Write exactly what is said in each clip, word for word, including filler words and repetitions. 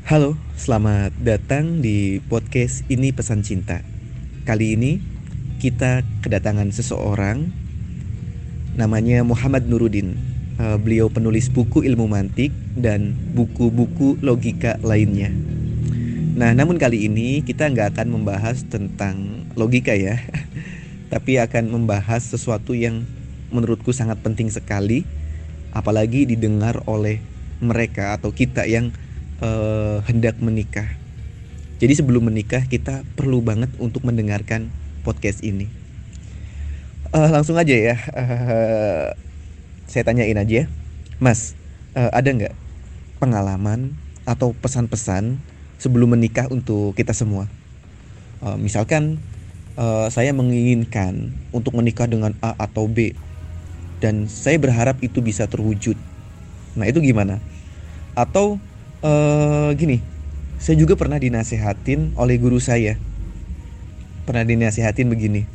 Halo, selamat datang di podcast Ini Pesan Cinta. Kali ini kita kedatangan seseorang namanya Muhammad Nuruddin. Eh, Beliau penulis buku ilmu mantik dan buku-buku logika lainnya. Nah, namun kali ini kita nggak akan membahas tentang logika ya, tapi akan membahas sesuatu yang menurutku sangat penting sekali, apalagi didengar oleh mereka atau kita yang eh, hendak menikah. Jadi sebelum menikah kita perlu banget untuk mendengarkan podcast ini. Eh, langsung aja ya, eh, saya tanyain aja, Mas, eh, ada nggak pengalaman atau pesan-pesan sebelum menikah untuk kita semua? Eh, misalkan eh, saya menginginkan untuk menikah dengan A atau B, dan saya berharap itu bisa terwujud. Nah itu gimana? Atau eh, gini, saya juga pernah dinasehatin oleh guru saya. Pernah dinasehatin begini.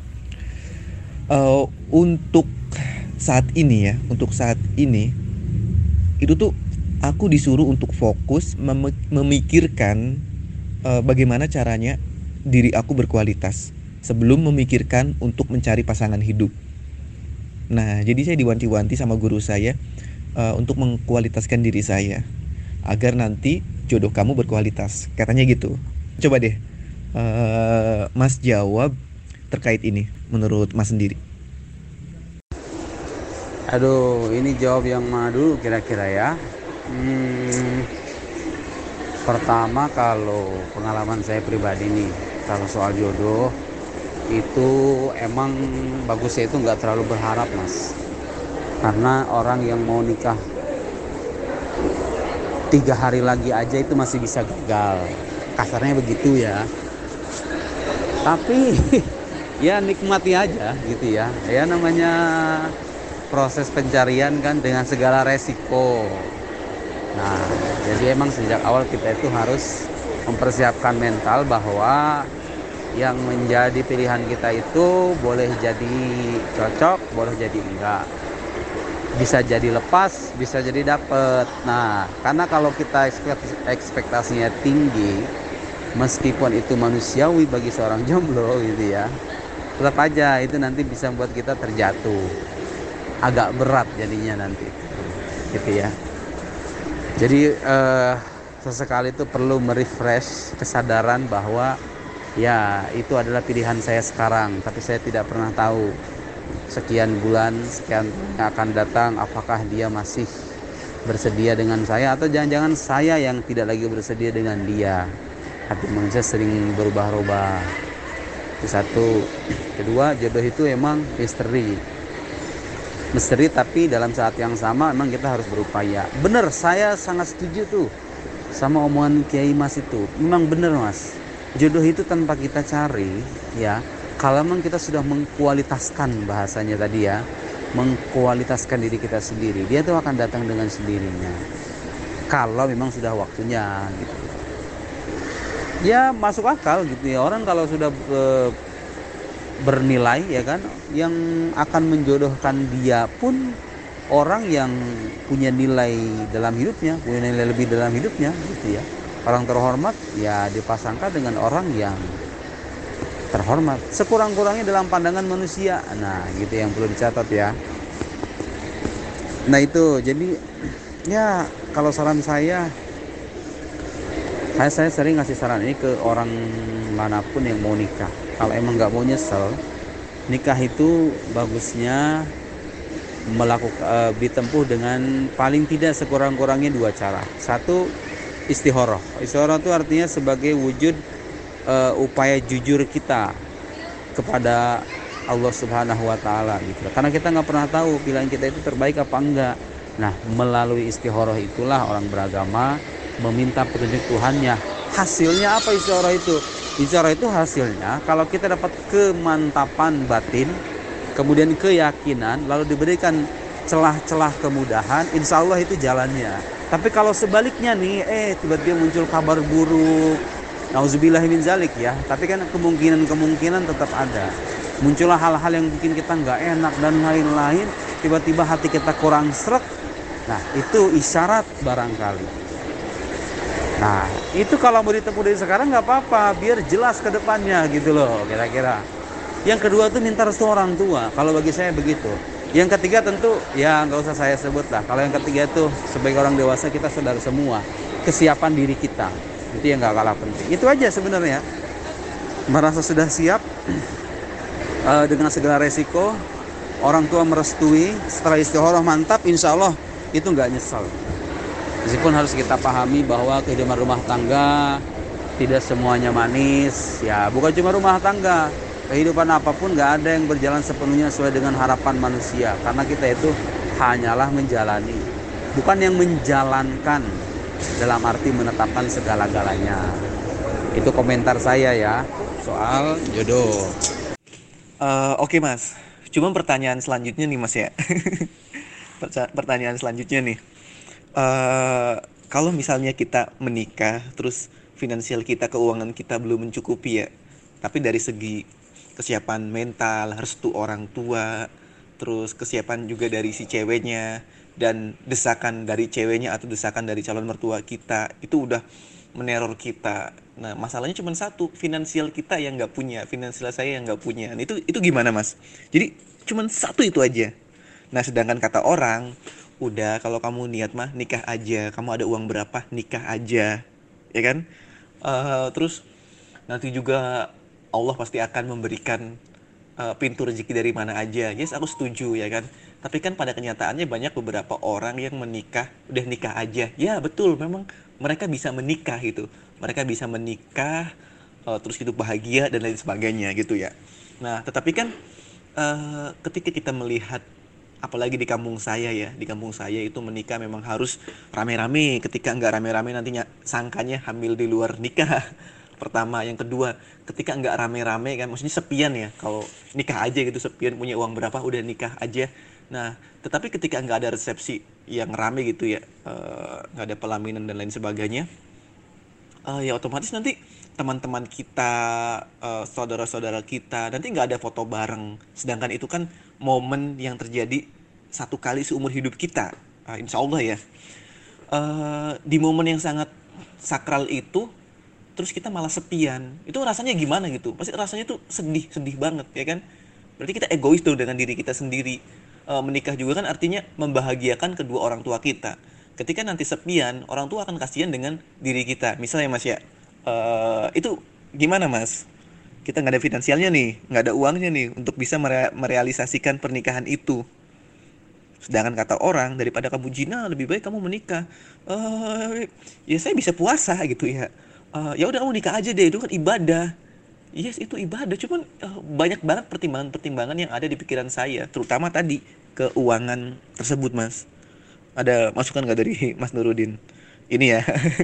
Eh, untuk saat ini ya, untuk saat ini itu tuh aku disuruh untuk fokus mem- memikirkan eh, bagaimana caranya diri aku berkualitas sebelum memikirkan untuk mencari pasangan hidup. Nah, jadi saya diwanti-wanti sama guru saya eh, untuk mengkualitaskan diri saya agar nanti jodoh kamu berkualitas, katanya gitu. Coba deh, eh, Mas jawab terkait ini menurut Mas sendiri. Aduh, ini jawab yang mana dulu kira-kira ya? Hmm, pertama kalau pengalaman saya pribadi nih, kalau soal jodoh itu emang bagusnya itu nggak terlalu berharap, Mas. Karena orang yang mau nikah tiga hari lagi aja itu masih bisa gagal. Kasarnya begitu ya. Tapi ya nikmati aja gitu ya. Ya namanya proses pencarian kan dengan segala resiko. Nah, jadi emang sejak awal kita itu harus mempersiapkan mental bahwa yang menjadi pilihan kita itu boleh jadi cocok, boleh jadi enggak. Bisa jadi lepas, bisa jadi dapet. Nah, karena kalau kita ekspektasinya tinggi, meskipun itu manusiawi bagi seorang jomblo gitu ya, tetap aja itu nanti bisa membuat kita terjatuh. Agak berat jadinya nanti gitu ya. Jadi eh, sesekali itu perlu merefresh kesadaran bahwa ya itu adalah pilihan saya sekarang, tapi saya tidak pernah tahu sekian bulan sekian yang akan datang apakah dia masih bersedia dengan saya atau jangan-jangan saya yang tidak lagi bersedia dengan dia. Hati manusia sering berubah-ubah. Itu satu. Kedua, jodoh itu emang misteri misteri tapi dalam saat yang sama memang kita harus berupaya. Bener, saya sangat setuju tuh sama omongan Kiai Mas itu. Memang bener, Mas, jodoh itu tanpa kita cari ya. Kalau memang kita sudah mengkualitaskan, bahasanya tadi ya, mengkualitaskan diri kita sendiri, dia tuh akan datang dengan sendirinya kalau memang sudah waktunya gitu. Ya masuk akal gitu ya. Orang kalau sudah e, bernilai ya kan, yang akan menjodohkan dia pun orang yang punya nilai dalam hidupnya, punya nilai lebih dalam hidupnya gitu ya. Orang terhormat ya dipasangkan dengan orang yang terhormat sekurang-kurangnya dalam pandangan manusia. Nah gitu yang perlu dicatat ya. Nah itu jadi ya kalau saran saya saya, saya sering ngasih saran ini ke orang manapun yang mau nikah. Kalau emang nggak mau nyesel, nikah itu bagusnya melakukan uh, ditempuh dengan paling tidak sekurang-kurangnya dua cara. Satu, istikharah. Istikharah itu artinya sebagai wujud uh, upaya jujur kita kepada Allah Subhanahu Wa Taala gitu. Karena kita nggak pernah tahu pilihan kita itu terbaik apa enggak. Nah, melalui istikharah itulah orang beragama meminta petunjuk Tuhannya. Hasilnya apa istikharah itu? Istikharah itu hasilnya kalau kita dapat kemantapan batin, kemudian keyakinan, lalu diberikan celah-celah kemudahan, insya Allah itu jalannya. Tapi kalau sebaliknya nih, eh tiba-tiba muncul kabar buruk, nauzubillah min zalik ya. Tapi kan kemungkinan-kemungkinan tetap ada. Muncullah hal-hal yang bikin kita nggak enak dan lain-lain. Tiba-tiba hati kita kurang srek. Nah itu isyarat barangkali Nah, itu kalau mau ditempuh dari sekarang nggak apa-apa, biar jelas ke depannya gitu loh, kira-kira. Yang kedua tuh minta restu orang tua. Kalau bagi saya begitu. Yang ketiga tentu ya nggak usah saya sebut lah. Kalau yang ketiga tuh sebagai orang dewasa kita sadar semua kesiapan diri kita. Itu yang nggak kalah penting. Itu aja sebenarnya. Merasa sudah siap uh, dengan segala resiko. Orang tua merestui. Setelah istikharah mantap, insya Allah itu nggak nyesal. Meskipun harus kita pahami bahwa kehidupan rumah tangga tidak semuanya manis. Ya bukan cuma rumah tangga, kehidupan apapun gak ada yang berjalan sepenuhnya sesuai dengan harapan manusia. Karena kita itu hanyalah menjalani, bukan yang menjalankan, dalam arti menetapkan segala-galanya. Itu komentar saya ya soal jodoh. Uh, Oke okay, Mas, cuma pertanyaan selanjutnya nih Mas ya. Pertanyaan selanjutnya nih, uh, kalau misalnya kita menikah terus finansial kita, keuangan kita belum mencukupi ya, tapi dari segi kesiapan mental, restu orang tua, terus kesiapan juga dari si ceweknya, dan desakan dari ceweknya atau desakan dari calon mertua kita itu udah meneror kita. Nah masalahnya cuma satu, finansial kita yang nggak punya, finansial saya yang nggak punya. Nah, itu itu gimana Mas? Jadi cuma satu itu aja. Nah sedangkan kata orang, udah kalau kamu niat mah nikah aja, kamu ada uang berapa nikah aja, ya kan? Uh, terus nanti juga Allah pasti akan memberikan uh, pintu rezeki dari mana aja. Yes, aku setuju ya kan. Tapi kan pada kenyataannya banyak beberapa orang yang menikah udah nikah aja. Ya betul, memang mereka bisa menikah gitu. Mereka bisa menikah uh, terus hidup bahagia dan lain sebagainya gitu ya. Nah tetapi kan uh, ketika kita melihat, apalagi di kampung saya ya, di kampung saya itu menikah memang harus rame-rame. Ketika nggak rame-rame nantinya sangkanya hamil di luar nikah. Pertama, yang kedua, ketika nggak rame-rame kan, maksudnya sepian ya. Kalau nikah aja gitu sepian, punya uang berapa udah nikah aja. Nah, tetapi ketika nggak ada resepsi yang rame gitu ya, nggak uh, ada pelaminan dan lain sebagainya, uh, ya otomatis nanti teman-teman kita, uh, saudara-saudara kita, nanti nggak ada foto bareng. Sedangkan itu kan momen yang terjadi satu kali seumur hidup kita, uh, insya Allah ya. Uh, di momen yang sangat sakral itu, terus kita malah sepian, itu rasanya gimana gitu? Pasti rasanya tuh sedih, sedih banget ya kan? Berarti kita egois tuh dengan diri kita sendiri. E, menikah juga kan artinya membahagiakan kedua orang tua kita. Ketika nanti sepian, orang tua akan kasihan dengan diri kita. Misalnya Mas ya, e, itu gimana Mas? Kita nggak ada finansialnya nih, nggak ada uangnya nih untuk bisa mere- merealisasikan pernikahan itu. Sedangkan kata orang, daripada kamu zina lebih baik kamu menikah. E, ya saya bisa puasa gitu ya. Uh, ya udah kamu nikah aja deh, itu kan ibadah. Yes, itu ibadah, cuman uh, banyak banget pertimbangan-pertimbangan yang ada di pikiran saya, terutama tadi keuangan tersebut Mas. Ada masukan nggak dari Mas Nurudin ini ya?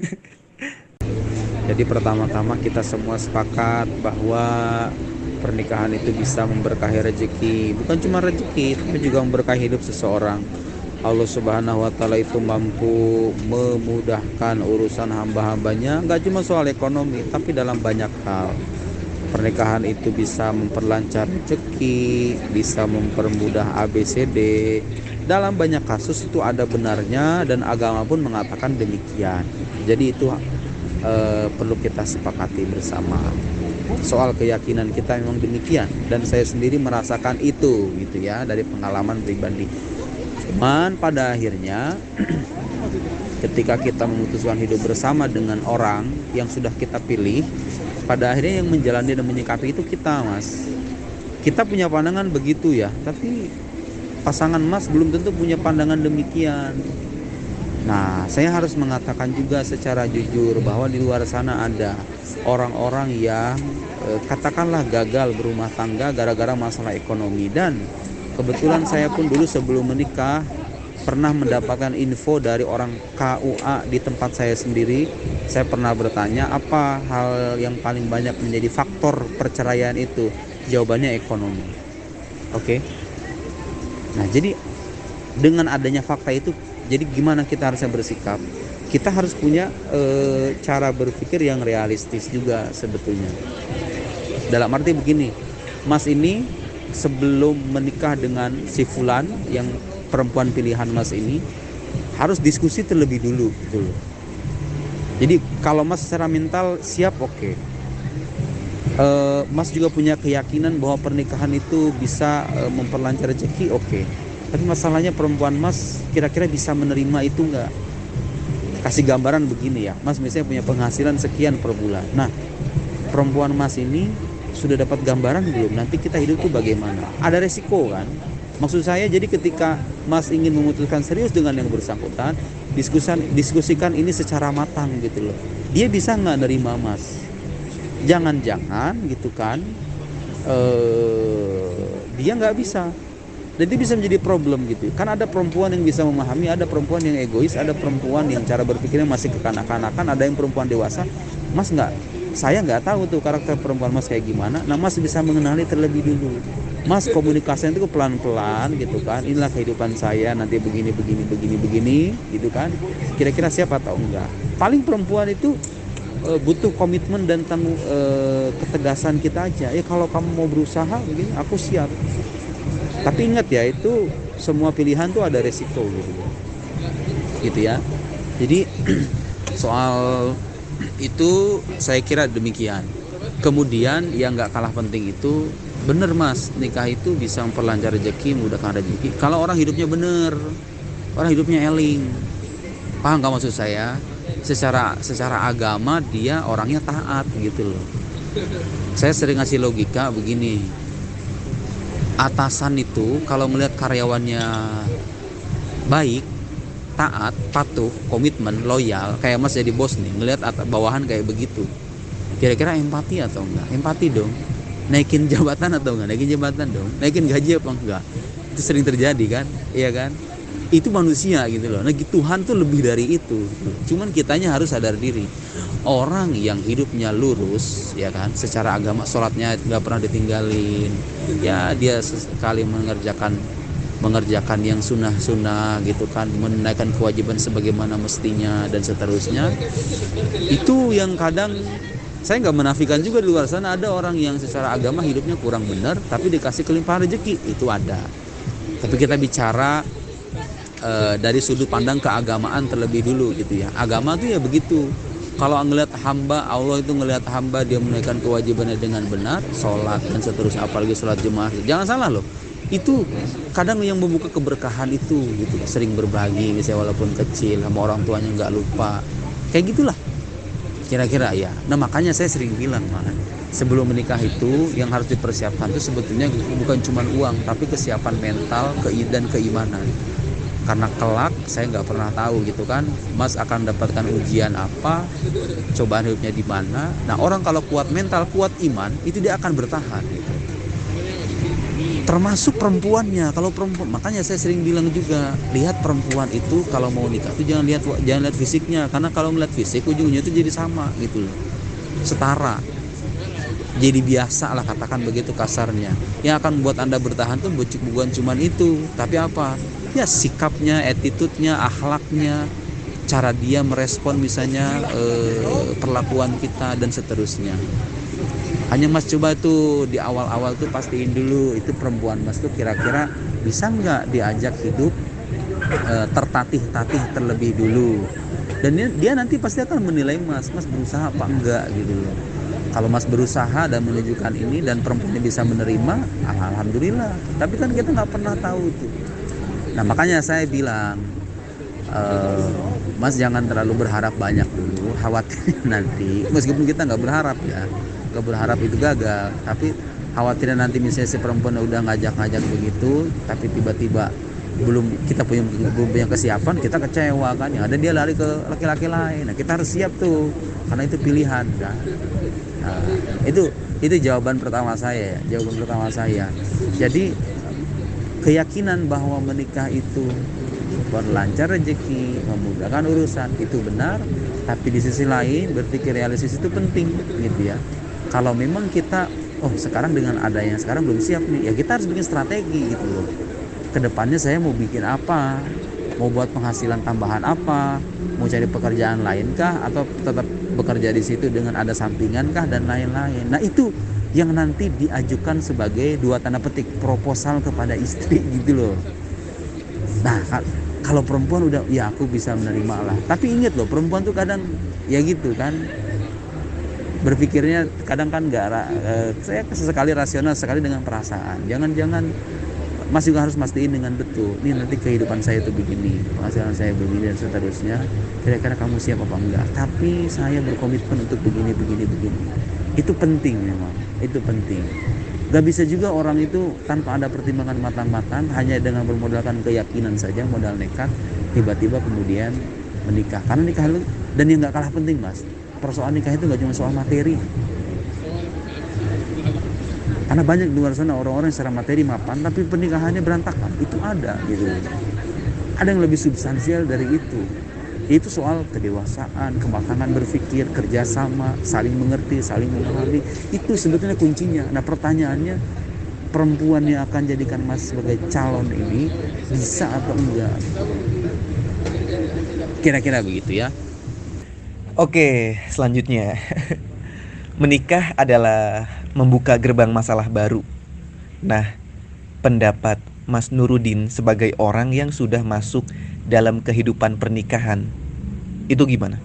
Jadi pertama-tama kita semua sepakat bahwa pernikahan itu bisa memberkahi rezeki, bukan cuma rezeki tapi juga memberkahi hidup seseorang. Allah Subhanahu wa Ta'ala itu mampu memudahkan urusan hamba-hambanya, gak cuma soal ekonomi tapi dalam banyak hal. Pernikahan itu bisa memperlancar rezeki, bisa mempermudah A B C D. Dalam banyak kasus itu ada benarnya dan agama pun mengatakan demikian. Jadi itu eh, perlu kita sepakati bersama. Soal keyakinan kita memang demikian dan saya sendiri merasakan itu gitu ya dari pengalaman pribadi. Cuman pada akhirnya ketika kita memutuskan hidup bersama dengan orang yang sudah kita pilih, pada akhirnya yang menjalani dan menyikapi itu kita Mas. Kita punya pandangan begitu ya, tapi pasangan Mas belum tentu punya pandangan demikian. Nah, saya harus mengatakan juga secara jujur bahwa di luar sana ada orang-orang yang eh, katakanlah gagal berumah tangga gara-gara masalah ekonomi. Dan kebetulan saya pun dulu sebelum menikah pernah mendapatkan info dari orang K U A di tempat saya sendiri. Saya pernah bertanya apa hal yang paling banyak menjadi faktor perceraian itu. Jawabannya ekonomi. Oke. Okay? Nah jadi dengan adanya fakta itu, jadi gimana kita harusnya bersikap? Kita harus punya e, cara berpikir yang realistis juga sebetulnya. Dalam arti begini, Mas ini sebelum menikah dengan si Fulan yang perempuan pilihan Mas ini harus diskusi terlebih dulu gitu loh. Jadi kalau Mas secara mental siap, oke. Okay. Uh, Mas juga punya keyakinan bahwa pernikahan itu bisa uh, memperlancar rezeki, oke. Okay. Tapi masalahnya perempuan Mas kira-kira bisa menerima itu enggak? Kasih gambaran begini ya, Mas misalnya punya penghasilan sekian per bulan. Nah, perempuan Mas ini sudah dapat gambaran belum? Nanti kita hidup tuh bagaimana? Ada resiko kan? Maksud saya jadi ketika Mas ingin memutuskan serius dengan yang bersangkutan, diskusikan, diskusikan ini secara matang gitu loh. Dia bisa nggak nerima Mas? Jangan-jangan gitu kan, eh, dia nggak bisa. Jadi bisa menjadi problem gitu. Kan ada perempuan yang bisa memahami, ada perempuan yang egois, ada perempuan yang cara berpikirnya masih kekanak-kanakan, ada yang perempuan dewasa. Mas nggak, saya nggak tahu tuh karakter perempuan Mas kayak gimana. Nah Mas bisa mengenali terlebih dulu. Mas komunikasinya itu pelan-pelan gitu kan. Inilah kehidupan saya nanti begini begini begini begini gitu kan. Kira-kira siap atau enggak? Paling perempuan itu e, butuh komitmen dan tanggung e, ketegasan kita aja. Ya kalau kamu mau berusaha begini, aku siap. Tapi ingat ya, itu semua pilihan tuh ada resiko gitu. Gitu ya. Jadi soal itu saya kira demikian. Kemudian yang nggak kalah penting itu, bener Mas, nikah itu bisa memperlancar rezeki, memudahkan rezeki kalau orang hidupnya bener, orang hidupnya eling. Paham nggak maksud saya? Secara secara agama dia orangnya taat gitu loh. Saya sering ngasih logika begini, atasan itu kalau melihat karyawannya baik, taat, patuh, komitmen, loyal, kayak Mas jadi bos nih, ngelihat bawahan kayak begitu, kira-kira empati atau enggak? Empati dong. Naikin jabatan atau enggak? Naikin jabatan dong. Naikin gaji apa enggak? Itu sering terjadi kan? Iya kan? Itu manusia gitu loh. Nah Tuhan tuh lebih dari itu. Cuman kitanya harus sadar diri. Orang yang hidupnya lurus, ya kan, secara agama, sholatnya nggak pernah ditinggalin, ya dia sekali mengerjakan mengerjakan yang sunnah-sunnah gitu kan, menunaikan kewajiban sebagaimana mestinya dan seterusnya. Itu yang kadang saya nggak menafikan juga di luar sana ada orang yang secara agama hidupnya kurang benar, tapi dikasih kelimpahan rezeki, itu ada. Tapi kita bicara e, dari sudut pandang keagamaan terlebih dulu gitu ya. Agama tuh ya begitu. Kalau ngelihat hamba, Allah itu ngelihat hamba dia menunaikan kewajibannya dengan benar, sholat dan seterusnya, apalagi sholat jemaah. Jangan salah loh, itu kadang yang membuka keberkahan itu gitu, sering berbagi misalnya walaupun kecil sama orang tuanya, nggak lupa, kayak gitulah kira-kira ya. Nah makanya saya sering bilang, man, sebelum menikah itu yang harus dipersiapkan itu sebetulnya bukan cuma uang, tapi kesiapan mental dan keimanan. Karena kelak saya nggak pernah tahu gitu kan, Mas akan dapatkan ujian apa, cobaan hidupnya di mana. Nah orang kalau kuat mental, kuat iman, itu dia akan bertahan gitu. Termasuk perempuannya. Kalau perempuan, makanya saya sering bilang juga, lihat perempuan itu kalau mau nikah itu jangan lihat jangan lihat fisiknya, karena kalau melihat fisik ujungnya itu jadi sama gitu loh, setara. Jadi biasa lah, katakan begitu kasarnya. Yang akan membuat Anda bertahan tuh bukan cuma itu, tapi apa? Ya sikapnya, attitude-nya, akhlaknya, cara dia merespon misalnya eh, perlakuan kita dan seterusnya. Hanya Mas coba tuh di awal-awal tuh pastiin dulu itu perempuan Mas tuh kira-kira bisa nggak diajak hidup eh, tertatih-tatih terlebih dulu. Dan dia, dia nanti pasti akan menilai Mas, Mas berusaha apa enggak gitu loh. Kalau Mas berusaha dan menunjukkan ini dan perempuannya bisa menerima, alhamdulillah. Tapi kan kita nggak pernah tahu tuh. Nah makanya saya bilang, e, Mas jangan terlalu berharap banyak dulu, khawatir nanti. Meskipun kita nggak berharap ya, nggak berharap itu gagal. Tapi khawatirnya nanti misalnya si perempuan udah ngajak-ngajak begitu, tapi tiba-tiba belum kita punya belum punya kesiapan, kita kecewa kan. Yang ada dia lari ke laki-laki lain. Nah kita harus siap tuh, karena itu pilihan kan. Nah, itu itu jawaban pertama saya, jawaban pertama saya. Jadi keyakinan bahwa menikah itu berlancar rezeki, memudahkan urusan, itu benar. Tapi di sisi lain berpikir realistis itu penting, gitu ya. Kalau memang kita, oh sekarang dengan adanya sekarang belum siap nih, ya kita harus bikin strategi gitu loh. Kedepannya saya mau bikin apa? Mau buat penghasilan tambahan apa? Mau cari pekerjaan lain kah? Atau tetap bekerja di situ dengan ada sampingan kah dan lain-lain. Nah itu yang nanti diajukan sebagai dua tanda petik proposal kepada istri gitu loh. Nah kalau perempuan udah ya aku bisa menerima lah. Tapi ingat loh, perempuan tuh kadang ya gitu kan. Berpikirnya kadang kan nggak, eh, saya sesekali rasional, sekali dengan perasaan. Jangan-jangan Mas juga harus mastiin dengan betul, ini nanti kehidupan saya itu begini, penghasilan saya begini dan seterusnya, kira-kira kamu siap apa enggak. Tapi saya berkomitmen untuk begini, begini, begini. Itu penting memang, itu penting. Gak bisa juga orang itu tanpa ada pertimbangan matang-matang, hanya dengan bermodalkan keyakinan saja, modal nekat, tiba-tiba kemudian menikah. Karena nikah itu, dan yang gak kalah penting Mas, persoalan nikah itu gak cuma soal materi. Karena banyak di luar sana orang-orang yang secara materi mapan tapi pernikahannya berantakan. Itu ada gitu. Ada yang lebih substansial dari itu. Itu soal kedewasaan, kematangan berpikir, kerjasama, saling mengerti, saling memahami. Itu sebetulnya kuncinya. Nah pertanyaannya, perempuan yang akan jadikan Mas sebagai calon ini bisa atau enggak? Kira-kira begitu ya. Oke, selanjutnya. Menikah adalah membuka gerbang masalah baru. Nah, pendapat Mas Nurudin sebagai orang yang sudah masuk dalam kehidupan pernikahan, itu gimana?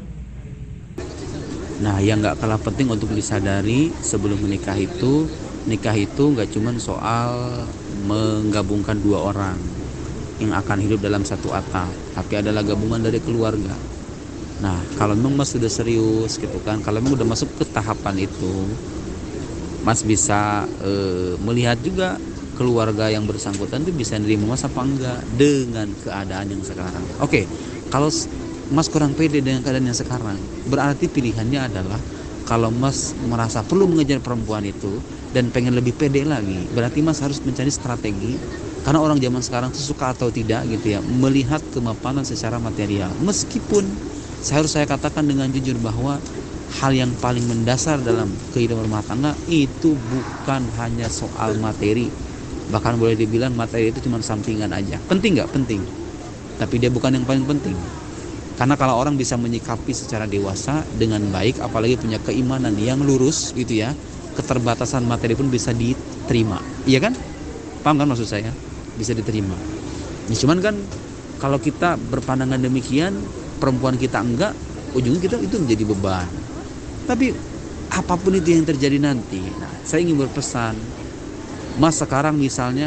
Nah, yang gak kalah penting untuk disadari sebelum menikah itu, nikah itu gak cuma soal menggabungkan dua orang yang akan hidup dalam satu atap, tapi adalah gabungan dari keluarga. Nah, kalau memang Mas sudah serius gitu kan, kalau memang udah masuk ke tahapan itu, Mas bisa e, melihat juga keluarga yang bersangkutan itu bisa nerima Mas apa enggak dengan keadaan yang sekarang. Oke, kalau Mas kurang pede dengan keadaan yang sekarang, berarti pilihannya adalah kalau Mas merasa perlu mengejar perempuan itu dan pengen lebih pede lagi, berarti Mas harus mencari strategi. Karena orang zaman sekarang suka atau tidak gitu ya, melihat kemapanan secara material. Meskipun saya harus saya katakan dengan jujur bahwa hal yang paling mendasar dalam kehidupan rumah tangga itu bukan hanya soal materi. Bahkan boleh dibilang materi itu cuma sampingan aja. Penting nggak? Penting. Tapi dia bukan yang paling penting. Karena kalau orang bisa menyikapi secara dewasa dengan baik, apalagi punya keimanan yang lurus gitu ya, keterbatasan materi pun bisa diterima. Iya kan? Paham kan maksud saya? Bisa diterima. Ya, cuman kan kalau kita berpandangan demikian, perempuan kita enggak, ujungnya kita itu menjadi beban. Tapi apapun itu yang terjadi nanti, nah, saya ingin berpesan, Mas sekarang misalnya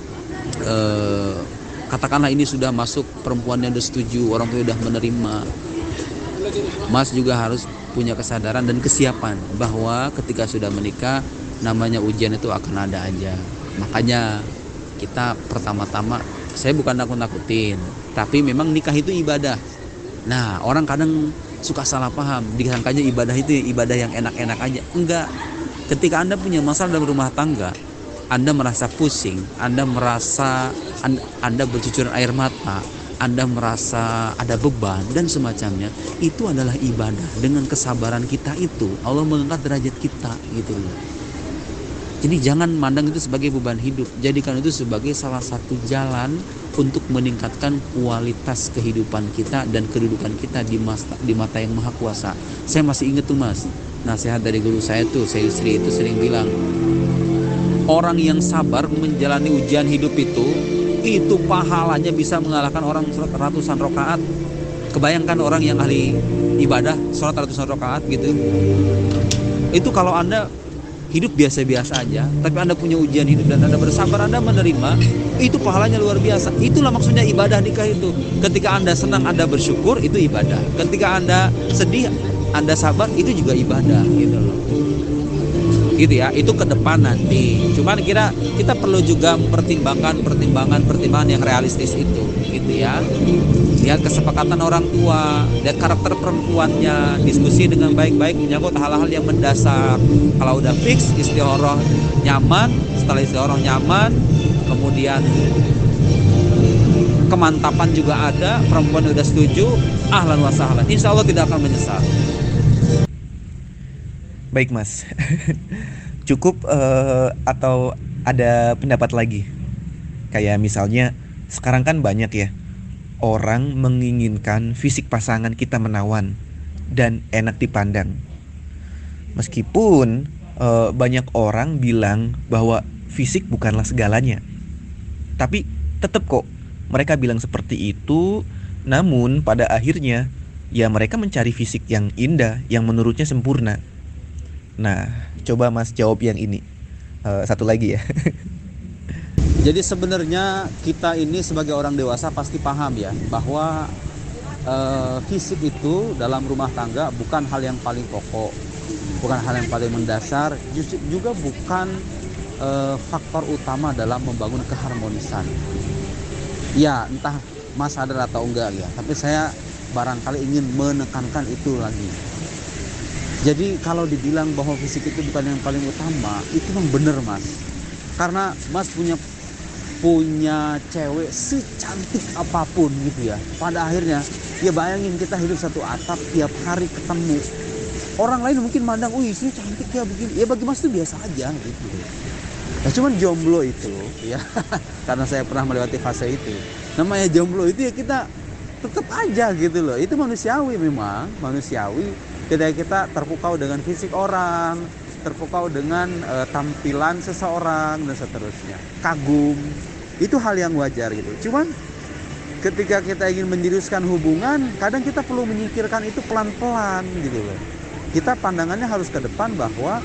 eh, katakanlah ini sudah masuk, perempuannya sudah setuju, orang tua sudah menerima, Mas juga harus punya kesadaran dan kesiapan bahwa ketika sudah menikah, namanya ujian itu akan ada aja. Makanya kita pertama-tama, saya bukan nakut-nakutin, tapi memang nikah itu ibadah. Nah, orang kadang suka salah paham, disangkanya ibadah itu ibadah yang enak-enak aja. Enggak. Ketika Anda punya masalah dalam rumah tangga, Anda merasa pusing, Anda merasa Anda bercucuran air mata, Anda merasa ada beban dan semacamnya, itu adalah ibadah. Dengan kesabaran kita itu, Allah mengangkat derajat kita gitu loh. Jadi jangan mandang itu sebagai beban hidup, jadikan itu sebagai salah satu jalan untuk meningkatkan kualitas kehidupan kita dan kedudukan kita di mata, di mata yang maha kuasa. Saya masih ingat tuh Mas, nasihat dari guru saya tuh, saya istri itu sering bilang, orang yang sabar menjalani ujian hidup itu, itu pahalanya bisa mengalahkan orang sholat ratusan rakaat. Kebayangkan orang yang ahli ibadah sholat ratusan rakaat gitu. Itu kalau Anda hidup biasa-biasa aja, tapi Anda punya ujian hidup dan Anda bersabar, Anda menerima, itu pahalanya luar biasa. Itulah maksudnya ibadah nikah itu. Ketika Anda senang, Anda bersyukur, itu ibadah. Ketika Anda sedih, Anda sabar, itu juga ibadah gitu loh. Gitu ya, itu ke depan nanti. Cuman kira kita perlu juga mempertimbangkan pertimbangan-pertimbangan yang realistis itu, gitu ya. Lihat kesepakatan orang tua, lihat karakter perempuannya, diskusi dengan baik-baik menyangkut hal-hal yang mendasar. Kalau udah fix istihoroh nyaman, setelah istihoroh nyaman, kemudian kemantapan juga ada, perempuan udah setuju, ahlan wa sahlan. Insya Allah tidak akan menyesal. Baik Mas. Cukup uh, atau ada pendapat lagi? Kayak misalnya sekarang kan banyak ya orang menginginkan fisik pasangan kita menawan dan enak dipandang. Meskipun uh, banyak orang bilang bahwa fisik bukanlah segalanya, tapi tetap kok mereka bilang seperti itu. Namun pada akhirnya Ya mereka mencari fisik yang indah, yang menurutnya sempurna. Nah, coba Mas jawab yang ini. Uh, satu lagi ya. Jadi sebenarnya kita ini sebagai orang dewasa pasti paham ya bahwa uh, fisik itu dalam rumah tangga bukan hal yang paling pokok, bukan hal yang paling mendasar, justru juga bukan uh, faktor utama dalam membangun keharmonisan. Ya, entah Mas sadar atau enggak ya, tapi saya barangkali ingin menekankan itu lagi. Jadi kalau dibilang bahwa fisik itu bukan yang paling utama, itu memang benar Mas. Karena Mas punya punya cewek secantik apapun gitu ya, pada akhirnya ya bayangin kita hidup satu atap, tiap hari ketemu orang lain mungkin mandang, wih sih cantik ya begini, ya bagi Mas itu biasa aja gitu. Nah cuman jomblo itu ya karena saya pernah melewati fase itu, namanya jomblo itu ya kita tetap aja gitu loh, itu manusiawi, memang manusiawi ketika kita terpukau dengan fisik orang, terpukau dengan uh, tampilan seseorang dan seterusnya, kagum, itu hal yang wajar gitu. Cuman ketika kita ingin menjuruskan hubungan, kadang kita perlu menyingkirkan itu pelan-pelan gitu loh. Kita pandangannya harus ke depan bahwa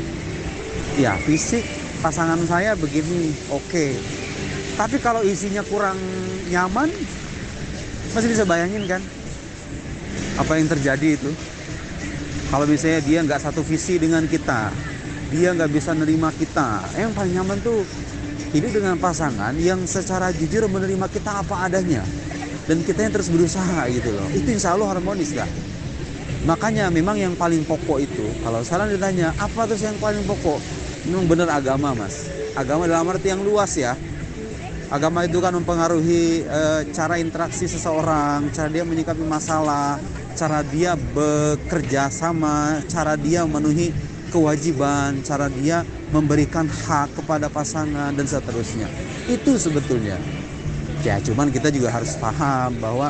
ya fisik pasangan saya begini, oke. Okay. Tapi kalau isinya kurang nyaman, masih bisa bayangin kan apa yang terjadi itu. Kalau misalnya dia nggak satu visi dengan kita, dia nggak bisa nerima kita. Yang paling nyaman tuh hidup dengan pasangan yang secara jujur menerima kita apa adanya, dan kita yang terus berusaha gitu loh. Itu insya Allah harmonis lah. Makanya memang yang paling pokok itu, kalau salah ditanya apa terus yang paling pokok, memang benar agama Mas. Agama dalam arti yang luas ya. Agama itu kan mempengaruhi e, cara interaksi seseorang, cara dia menyikapi masalah, cara dia bekerja sama, cara dia memenuhi kewajiban, cara dia memberikan hak kepada pasangan dan seterusnya. Itu sebetulnya. Ya cuman kita juga harus paham bahwa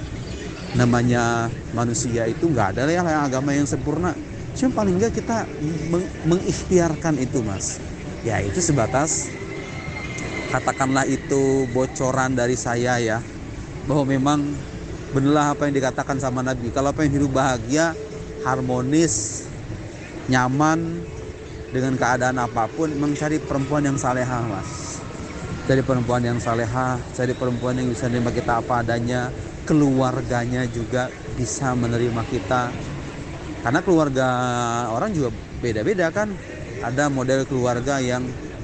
namanya manusia itu nggak ada ya agama yang sempurna. Cuma paling nggak kita meng- mengikhtiarkan itu Mas. Ya itu sebatas katakanlah itu bocoran dari saya ya, bahwa memang benarlah apa yang dikatakan sama Nabi. Kalau pengen hidup bahagia, harmonis, nyaman dengan keadaan apapun, mencari perempuan yang salehah Mas. Cari perempuan yang salehah, cari perempuan yang bisa menerima kita apa adanya, keluarganya juga bisa menerima kita. Karena keluarga orang juga beda-beda kan. Ada model keluarga yang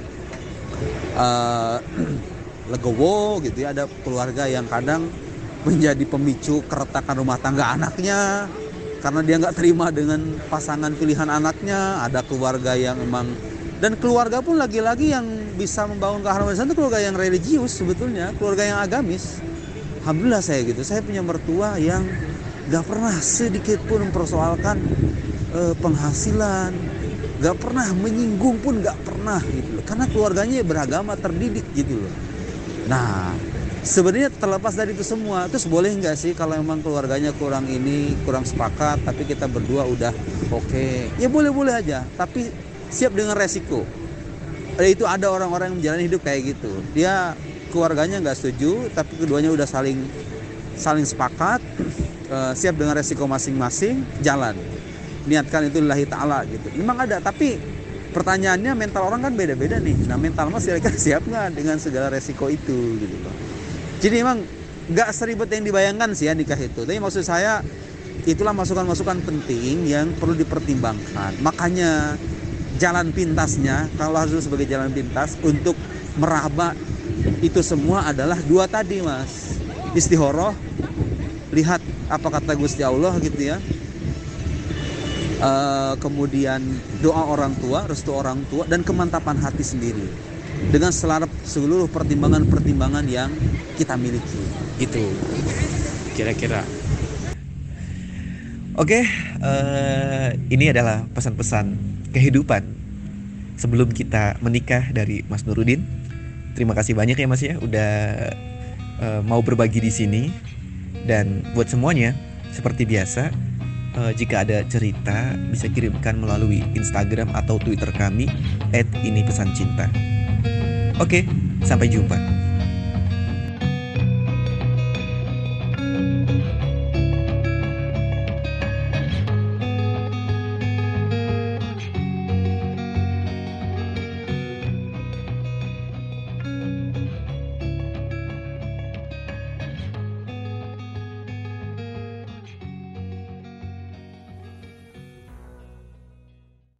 uh, legowo gitu ya, ada keluarga yang kadang menjadi pemicu keretakan rumah tangga anaknya karena dia nggak terima dengan pasangan pilihan anaknya. Ada keluarga yang emang, dan keluarga pun lagi-lagi yang bisa membangun keharmonisan itu keluarga yang religius sebetulnya, keluarga yang agamis. Alhamdulillah saya gitu, saya punya mertua yang nggak pernah sedikit pun mempersoalkan eh, penghasilan, nggak pernah menyinggung pun, nggak pernah gitu loh, karena keluarganya beragama, terdidik gitu loh. Nah sebenarnya terlepas dari itu semua, terus boleh nggak sih kalau memang keluarganya kurang ini, kurang sepakat, tapi kita berdua udah oke, okay, ya boleh-boleh aja, tapi siap dengan resiko. Itu ada orang-orang yang menjalani hidup kayak gitu, dia keluarganya nggak setuju, tapi keduanya udah saling saling sepakat, uh, siap dengan resiko masing-masing, jalan, niatkan itu lillahi ta'ala gitu. Memang ada, tapi pertanyaannya mental orang kan beda-beda nih. Nah mental mas kira-kira siap nggak dengan segala resiko itu gitu loh. Jadi memang nggak seribet yang dibayangkan sih ya nikah itu. Tapi maksud saya itulah masukan-masukan penting yang perlu dipertimbangkan. Makanya jalan pintasnya, kalau harus sebagai jalan pintas untuk meraba itu semua adalah dua tadi mas. Istihoroh, lihat apa kata Gusti Allah gitu ya. Uh, kemudian doa orang tua, restu orang tua, dan kemantapan hati sendiri dengan selarap seluruh pertimbangan-pertimbangan yang kita miliki. Itu kira-kira. Oke, uh, ini adalah pesan-pesan kehidupan sebelum kita menikah dari Mas Nurudin. Terima kasih banyak ya Mas ya, udah uh, mau berbagi di sini. Dan buat semuanya, seperti biasa, uh, jika ada cerita bisa kirimkan melalui Instagram atau Twitter kami et ini pesan cinta. Oke, sampai jumpa.